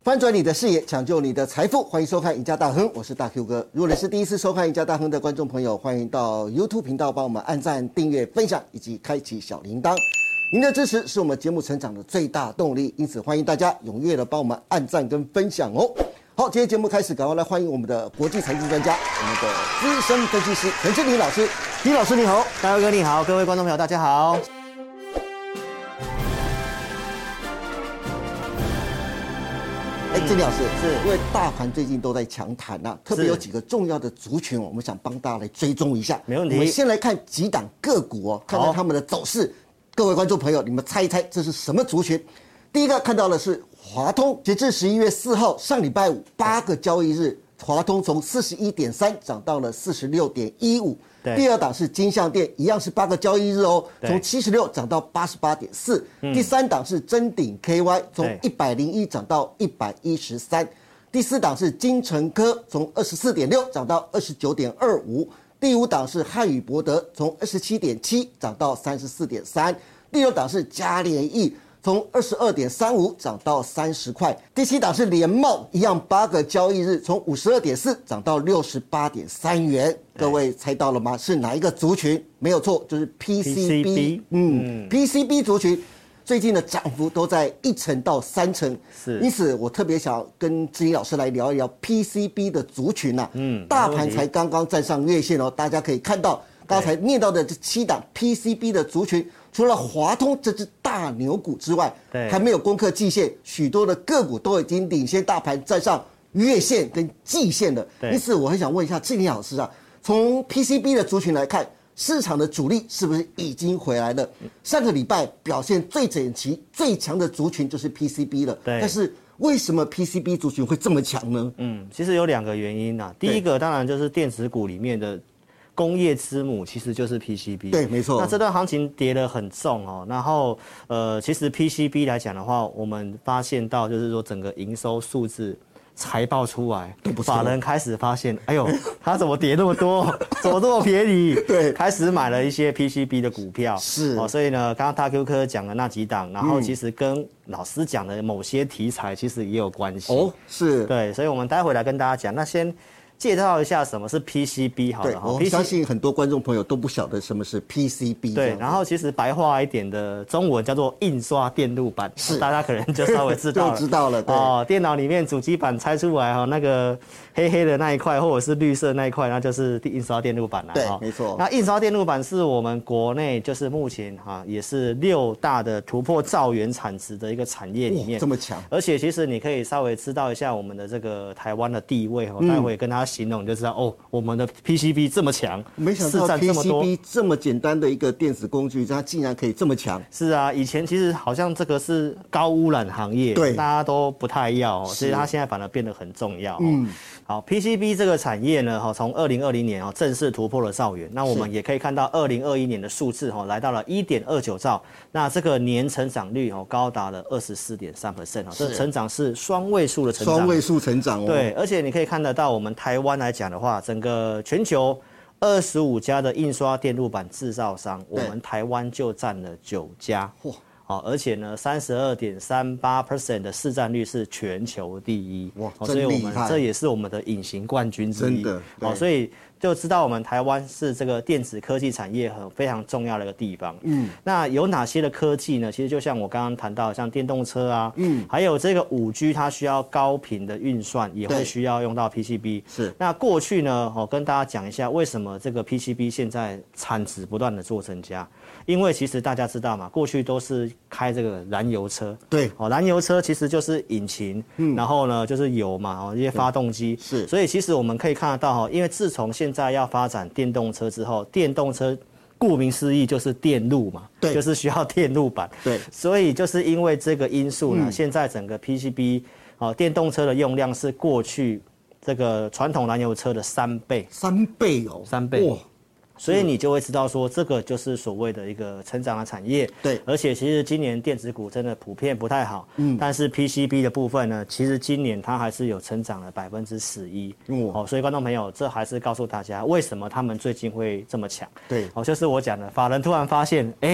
翻转你的视野，抢救你的财富，欢迎收看《赢家大亨》，我是大 Q 哥。如果你是第一次收看《赢家大亨》的观众朋友，欢迎到 YouTube 频道帮我们按赞、订阅、分享以及开启小铃铛。您的支持是我们节目成长的最大动力，因此欢迎大家踊跃的帮我们按赞跟分享哦。好，今天节目开始，赶快来欢迎我们的国际财经专家，我们的资深分析师陈志霖老师。李老师你好， 大哥你好，各位观众朋友大家好。 郑老师，是因为大盘最近都在强弹啊，特别有几个重要的族群，我们想帮大家来追踪一下。 没问题。 我们先来看几档个股哦，看看他们的走势。各位观众朋友，你们猜一猜这是什么族群？第一个看到的是华通，截至11月4号，上礼拜五8个交易日，华通从41.3涨到了46.15。第二档是金像电，一样是8个交易日哦，从76涨到88.4。第三档是臻鼎 KY， 从101涨到113。第四档是精成科，从24.6涨到29.25。第五档是汉语博德，从27.7涨到34.3。第六档是嘉联益，从22.35涨到30块。第七档是联茂，一样8个交易日，从52.4涨到68.3元。各位猜到了吗？是哪一个族群？没有错，就是 PCB。PCB 族群最近的涨幅都在1成到3成，是。因此，我特别想跟志霖老师来聊一聊 PCB 的族群啊。大盘才刚刚站上月线哦，大家可以看到刚才念到的这7档 PCB 的族群。除了华通这只大牛股之外，还没有攻克季线，许多的个股都已经领先大盘站上月线跟季线了。因此，我很想问一下志霖老师啊，从 PCB 的族群来看，市场的主力是不是已经回来了？上个礼拜表现最整齐、最强的族群就是 PCB 了。但是为什么 PCB 族群会这么强呢？ 其实有2个原因啊。第一个当然就是电子股里面的工业之母其实就是 PCB， 对，没错。 那这段行情跌得很重哦，然后其实 PCB 来讲的话，我们发现到就是说整个营收数字财报出来，法人开始发现，哎呦，它怎么跌那么多，怎么这么便宜？对，开始买了一些 PCB 的股票， 是哦。 所以呢，刚刚大 Q 科讲的那几档，然后其实跟老师讲的某些题材其实也有关系哦， 是对，所以我们待会来跟大家讲，那先介绍一下什么是 PCB 好了， 我相信很多观众朋友都不晓得什么是 PCB。 对，然后其实白话一点的中文叫做印刷电路板，是大家可能就稍微知道了， 就知道了。对哦，电脑里面主机板拆出来哈，那个黑黑的那一块或者是绿色那一块，那就是印刷电路板了。 对，没错。 那印刷电路板是我们国内就是目前也是6大的突破兆元产值的一个产业里面， 这么强。 而且其实你可以稍微知道一下我们的这个台湾的地位哈，待会跟他形容就知道哦，我们的 PCB 这么强， 没想到 PCB 这么简单的一个电子工具，它竟然可以这么强。 是啊，以前其实好像这个是高污染行业，对，大家都不太要，所以它现在反而变得很重要。好 ，PCB 这个产业呢，从2020年正式突破了兆元。那我们也可以看到2021年的数字来到了1.29兆，那这个年成长率高达了24.3%，这成长是双位数的成长， 双位数成长哦。 对，而且你可以看得到，我们台湾来讲的话，整个全球25家的印刷电路板制造商，我们台湾就占了9家。好，而且呢，32.38% 的市占率是全球第一。哇，所以我们这也是我们的隐形冠军之一。真的，好，所以就知道我们台湾是这个电子科技产业非常重要的一个地方。那有哪些的科技呢？其实就像我刚刚谈到，像电动车啊，还有这个5G，它需要高频的运算，也会需要用到 PCB。是。那过去呢，跟大家讲一下为什么这个 PCB 现在产值不断的做增加。因为其实大家知道嘛，过去都是开这个燃油车，对，燃油车其实就是引擎，然后呢就是油嘛，这些发动机，是，所以其实我们可以看得到因为自从现在要发展电动车之后，电动车顾名思义就是电路嘛，对，就是需要电路板，对，所以就是因为这个因素呢，现在整个 PCB 电动车的用量是过去这个传统燃油车的3倍，3倍哦，3倍，哇。所以你就会知道说，这个就是所谓的一个成长的产业。对，而且其实今年电子股真的普遍不太好。但是 PCB 的部分呢，其实今年它还是有成长了11%。所以观众朋友，这还是告诉大家为什么他们最近会这么强。对，就是我讲的，法人突然发现，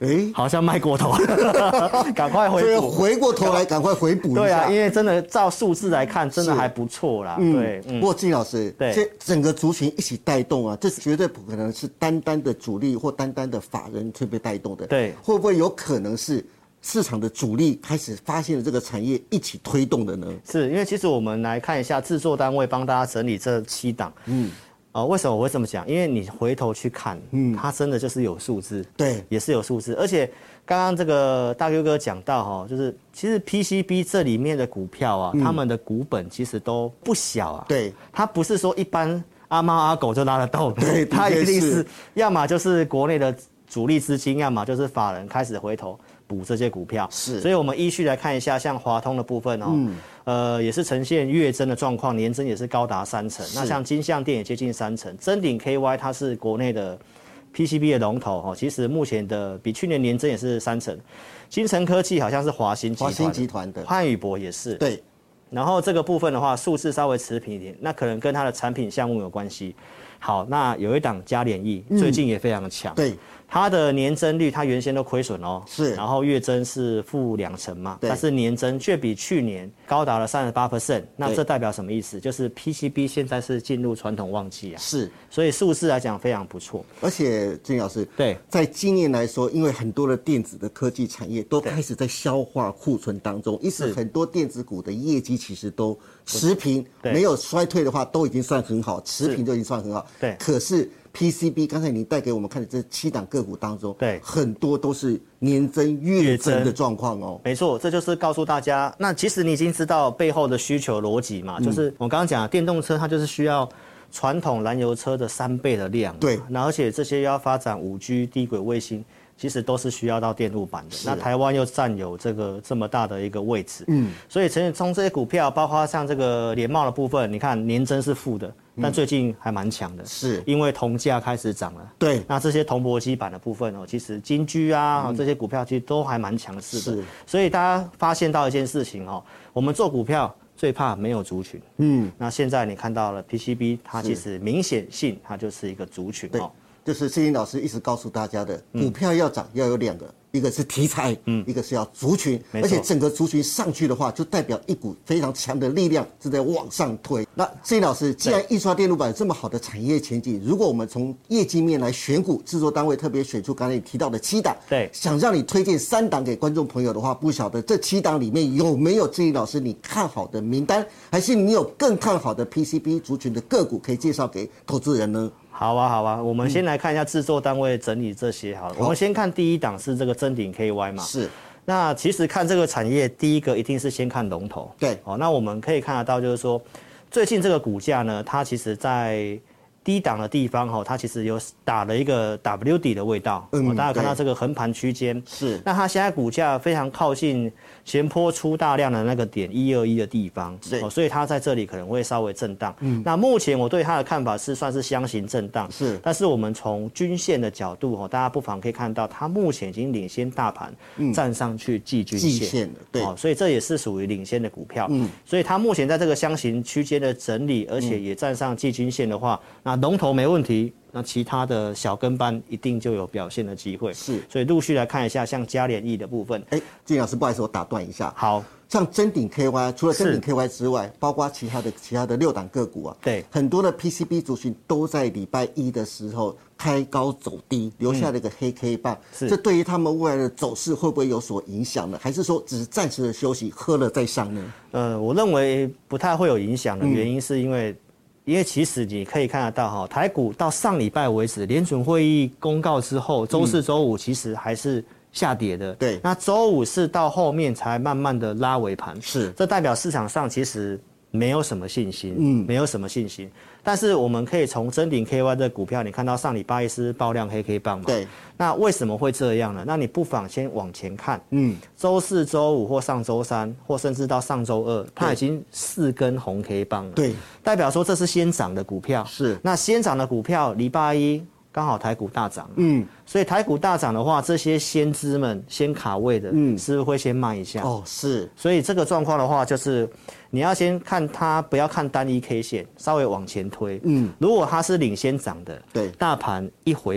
好像卖过头，赶快回补。 所以回过头来赶快回补一下。 对啊，因为真的照数字来看，真的还不错啦。对， 不过金老师， 对， 整个族群一起带动啊，这绝对不可能是单单的主力或单单的法人去被带动的。 对， 会不会有可能是市场的主力开始发现了这个产业一起推动的呢？ 是因为其实我们来看一下制作单位帮大家整理这7档。为什么我会这么讲？因为你回头去看，它真的就是有数字， 对， 也是有数字。而且刚刚这个大 Q 哥讲到哈，就是其实 PCB 这里面的股票啊，他们的股本其实都不小啊。 对， 它不是说一般阿猫阿狗就拉得动， 对， 它一定是要么就是国内的主力资金，要么就是法人开始回头补这些股票。 是， 所以我们依序来看一下，像华通的部分哦，也是呈现月增的状况，年增也是高达3成。那像金像电也接近3成，臻鼎 KY 它是国内的 PCB 的龙头哦，其实目前的比去年年增也是3成。精成科技好像是华新集团的， 汉语博也是。 对。 然后这个部分的话，数字稍微持平一点，那可能跟它的产品项目有关系。好，那有一档嘉联益，最近也非常的强。 对。 它的年增率，它原先都亏损哦， 是， 然后月增是负2成嘛，但是年增却比去年高达了38%，那这代表什么意思？就是 PCB 现在是进入传统旺季啊， 是， 所以数字来讲非常不错。 而且金老师， 对， 在今年来说，因为很多的电子的科技产业都开始在消化库存当中，因此很多电子股的业绩其实都持平，没有衰退的话，都已经算很好，持平就已经算很好。 对， 可是PCB 刚才您带给我们看的这7档个股当中， 对， 很多都是年增月增的状况哦。 没错，这就是告诉大家，那其实你已经知道背后的需求逻辑嘛，就是我刚刚讲的电动车，它就是需要传统燃油车的3倍的量， 对， 那而且这些要发展5G 低轨卫星，其实都是需要到电路板的。那台湾又占有这么大的一个位置，所以从这些股票，包括像这个联茂的部分，你看年增是负的。但最近还蛮强的， 是因为铜价开始涨了。 对， 那这些铜箔基板的部分哦，其实金居啊这些股票其实都还蛮强势的。是，所以大家发现到一件事情哦，我们做股票最怕没有族群。那现在你看到了 PCB， 它其实明显性它就是一个族群哦。 就是世林老师一直告诉大家的，股票要涨要有2个。一个是题材，一个是要族群，而且整个族群上去的话，就代表一股非常强的力量是在往上推。那世林老师，既然印刷电路板有这么好的产业前景，如果我们从业绩面来选股，制作单位特别选出刚才你提到的7档， 对， 想让你推荐3档给观众朋友的话，不晓得这7档里面有没有世林老师你看好的名单，还是你有更看好的 PCB 族群的个股可以介绍给投资人呢？ 好啊，我们先来看一下制作单位整理这些好了。我们先看第1档是这个臻鼎 KY 嘛。 是。 那其实看这个产业，第一个一定是先看龙头。 对。 那我们可以看得到，就是说最近这个股价呢，它其实在低档的地方它其实有打了一个 W 底的味道。大家看到这个横盘区间。 是。 那它现在股价非常靠近前波出大量的那个点121的地方，所以它在这里可能会稍微震荡。那目前我对它的看法是算是箱型震荡， 是。 但是我们从均线的角度大家不妨可以看到，它目前已经领先大盘站上去季均线了， 对， 所以这也是属于领先的股票。所以它目前在这个箱型区间的整理，而且也站上季均线的话，那龙头没问题。那其他的小跟班一定就有表现的机会， 是， 所以陆续来看一下像嘉联益的部分。 金老师，不好意思，我打断一下。 好， 像臻鼎 KY， 除了臻鼎 KY 之外，包括其他的6档个股啊， 对， 很多的 PCB 族群都在礼拜1的时候开高走低，留下了一个黑 K 棒。这对于他们未来的走势会不会有所影响呢？还是说只是暂时的休息，喝了再上呢？ 我认为不太会有影响的原因是因为其实你可以看得到台股到上礼拜为止，联准会议公告之后，周4、周5其实还是下跌的。 对， 那周5是到后面才慢慢的拉尾盘， 是， 这代表市场上其实没有什么信心，没有什么信心。但是我们可以从臻鼎 KY 的股票，你看到上礼拜1是爆量黑 K 棒嘛？ 对。 那为什么会这样呢？那你不妨先往前看，周4、周5或上周3，或甚至到上周2，它已经4根红 K 棒了。 对， 代表说这是先涨的股票。 是。那先涨的股票，礼拜1刚好台股大涨，所以台股大涨的话，这些先知们先卡位的，是不是会先卖一下？ 是。 所以这个状况的话，就是你要先看它，不要看单一 K 线，稍微往前推。如果它是领先涨的， 对， 大盘一回稳，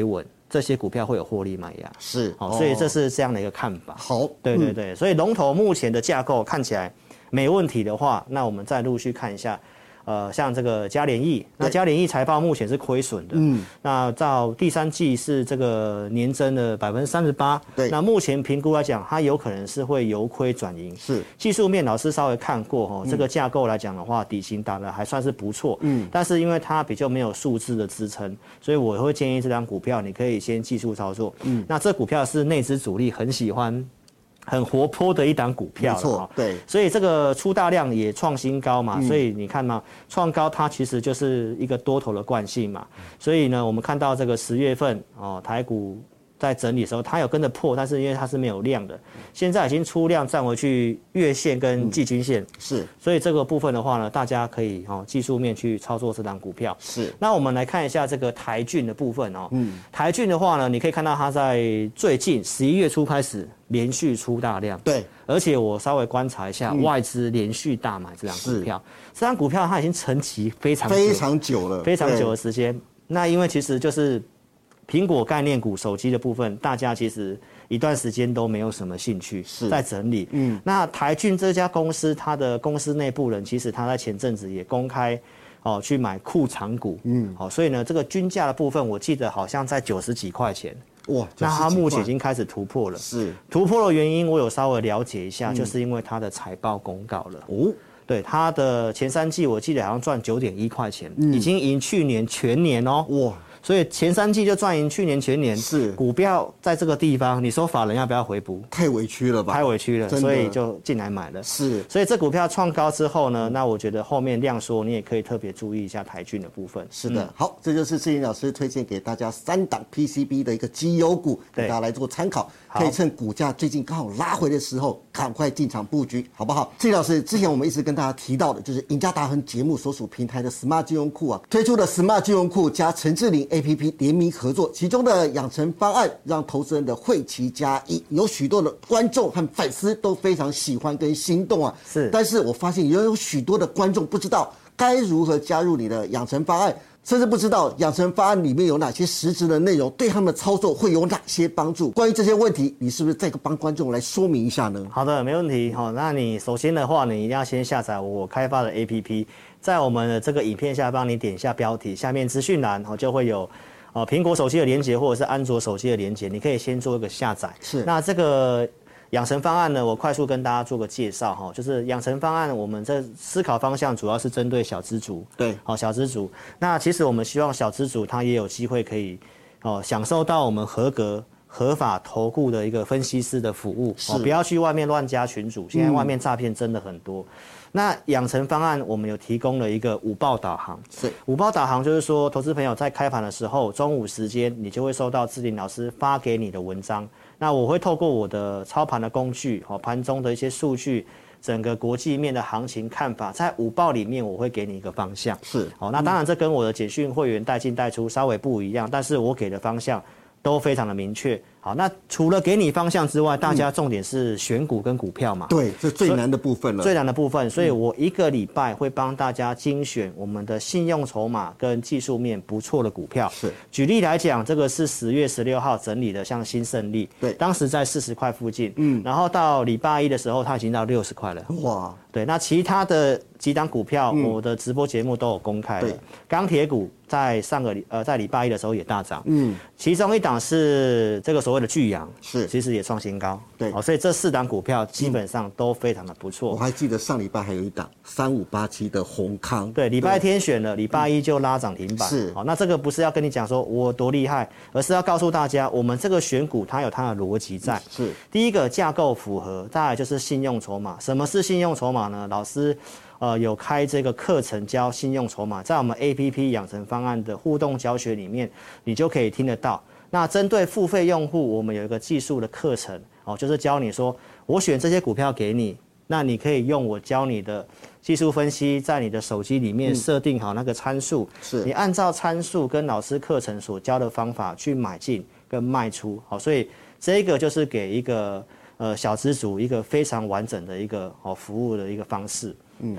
这些股票会有获利卖压。 是， 所以这是这样的一个看法。 好， 对，所以龙头目前的架构看起来没问题的话，那我们再陆续看一下。像这个嘉联益，那嘉联益财报目前是亏损的，那到第3季是这个年增的38%， 对， 那目前评估来讲，它有可能是会由亏转盈， 是技术面老师稍微看过这个架构来讲的话，底型打得还算是不错，但是因为它比较没有数字的支撑，所以我会建议这张股票你可以先技术操作，那这股票是内资主力很喜欢。很活泼的一档股票， 没错，对， 所以这个出大量也创新高嘛，所以你看嘛，创高它其实就是一个多头的惯性嘛，所以呢，我们看到这个10月份台股在整理的时候，它有跟着破，但是因为它是没有量的，现在已经出量站回去月线跟季均线， 是， 所以这个部分的话呢，大家可以技术面去操作这档股票。 是， 那我们来看一下这个台骏的部分台骏的话呢，你可以看到它在最近11月初开始连续出大量， 对， 而且我稍微观察一下，外资连续大买这档股票，这档股票它已经沉寂非常久了， 非常久的时间。那因为其实就是苹果概念股手机的部分，大家其实一段时间都没有什么兴趣，在整理。那台骏这家公司，它的公司内部人其实他在前阵子也公开去买库藏股，所以呢，这个均价的部分，我记得好像在90几块钱。 哇， 那它目前已经开始突破了。 是突破的原因，我有稍微了解一下，就是因为它的财报公告了。对，它的前3季我记得好像赚9.1块钱，已经赢去年全年哦。哇！所以前3季就赚赢去年全年， 是股票在这个地方，你说法人要不要回补？ 太委屈了吧？ 太委屈了，所以就进来买了。 是， 所以这股票创高之后呢，那我觉得后面量缩，你也可以特别注意一下台骏的部分。 是的，好，这就是志霖老师推荐给大家3档 PCB 的一个绩优股，给大家来做参考，可以趁股价最近刚好拉回的时候，赶快进场布局，好不好？志霖老师之前我们一直跟大家提到的，就是赢家达人节目所属平台的 Smart 金融库推出的 Smart 金融库加陈志霖 APP 联名合作，其中的养成方案让投资人的汇齐加一，有许多的观众和粉丝都非常喜欢跟心动是，但是我发现也有许多的观众不知道该如何加入你的养成方案，甚至不知道养成方案里面有哪些实质的内容，对他们的操作会有哪些帮助。关于这些问题，你是不是再帮观众来说明一下呢？ 好的，没问题。那你首先的话，你一定要先下载我开发的 APP， 在我们的这个影片下方，你点一下标题，下面资讯栏就会有苹果手机的连结或者是安卓手机的连结，你可以先做一个下载。 是， 那这个养成方案呢，我快速跟大家做个介绍就是养成方案，我们这思考方向主要是针对小资族， 对， 小资族。那其实我们希望小资族他也有机会可以享受到我们合法投顾的一个分析师的服务，不要去外面乱加群组，现在外面诈骗真的很多。那养成方案，我们有提供了一个午报导航。 是午报导航，就是说，投资朋友在开盘的时候，中午时间，你就会收到志霖老师发给你的文章。那我会透过我的操盘的工具，盘中的一些数据，整个国际面的行情看法，在午报里面我会给你一个方向。 是那当然这跟我的简讯会员带进带出稍微不一样，但是我给的方向都非常的明确。好，那除了给你方向之外，大家重点是选股跟股票嘛？ 对，这最难的部分了。 最难的部分，所以我1个礼拜会帮大家精选我们的信用筹码跟技术面不错的股票。 是， 举例来讲，这个是10月16号整理的，像新胜利， 对， 当时在40块附近，然后到礼拜1的时候，它已经到60块了。哇，对，那其他的几档股票，我的直播节目都有公开了。钢铁股在在礼拜1的时候也大涨，其中一档是这个所谓的巨阳， 是， 其实也创新高， 对， 所以这4档股票基本上都非常的不错。 我还记得上礼拜还有一档3587的宏康， 对，礼拜天选了，礼拜1就拉涨停板， 是， 好，那这个不是要跟你讲说我多厉害，而是要告诉大家，我们这个选股它有它的逻辑在， 是， 第一个架构符合，再来就是信用筹码。什么是信用筹码呢？老师有开这个课程教信用筹码，在我们 APP 养成方案的互动教学里面，你就可以听得到。那针对付费用户，我们有一个技术的课程，就是教你说，我选这些股票给你，那你可以用我教你的技术分析，在你的手机里面设定好那个参数， 是你按照参数跟老师课程所教的方法去买进跟卖出，好，所以这个就是给一个小资族一个非常完整的一个服务的一个方式，对。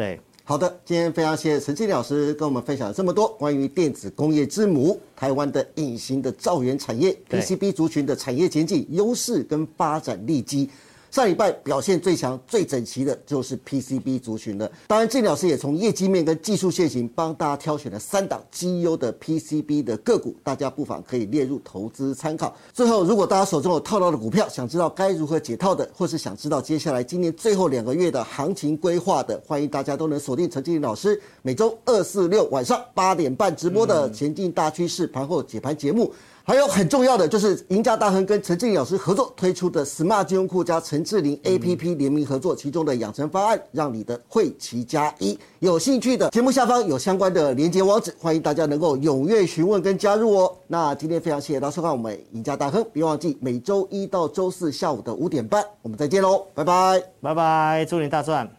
好的，今天非常谢谢陈庆老师跟我们分享了这么多关于电子工业之母台湾的隐形的兆元产业 PCB 族群的产业前景、优势跟发展利基。上礼拜表现最强、最整齐的就是 PCB 族群了。当然，郑老师也从业绩面跟技术线型帮大家挑选了3档绩优的 PCB 的个股，大家不妨可以列入投资参考。最后，如果大家手中有套牢的股票，想知道该如何解套的，或是想知道接下来今年最后2个月的行情规划的，欢迎大家都能锁定陈经理老师每周2、4、6晚上8点半直播的前进大趋势盘后解盘节目。还有很重要的就是赢家大亨跟陈志霖老师合作推出的 Smart 金融库加陈志霖 APP 联名合作，其中的养成方案让你的会期加1。有兴趣的节目下方有相关的连结网址，欢迎大家能够踊跃询问跟加入哦。那今天非常谢谢大家收看我们赢家大亨，别忘记每周1到周4下午的5点半，我们再见喽，拜拜， 拜拜，祝你大赚。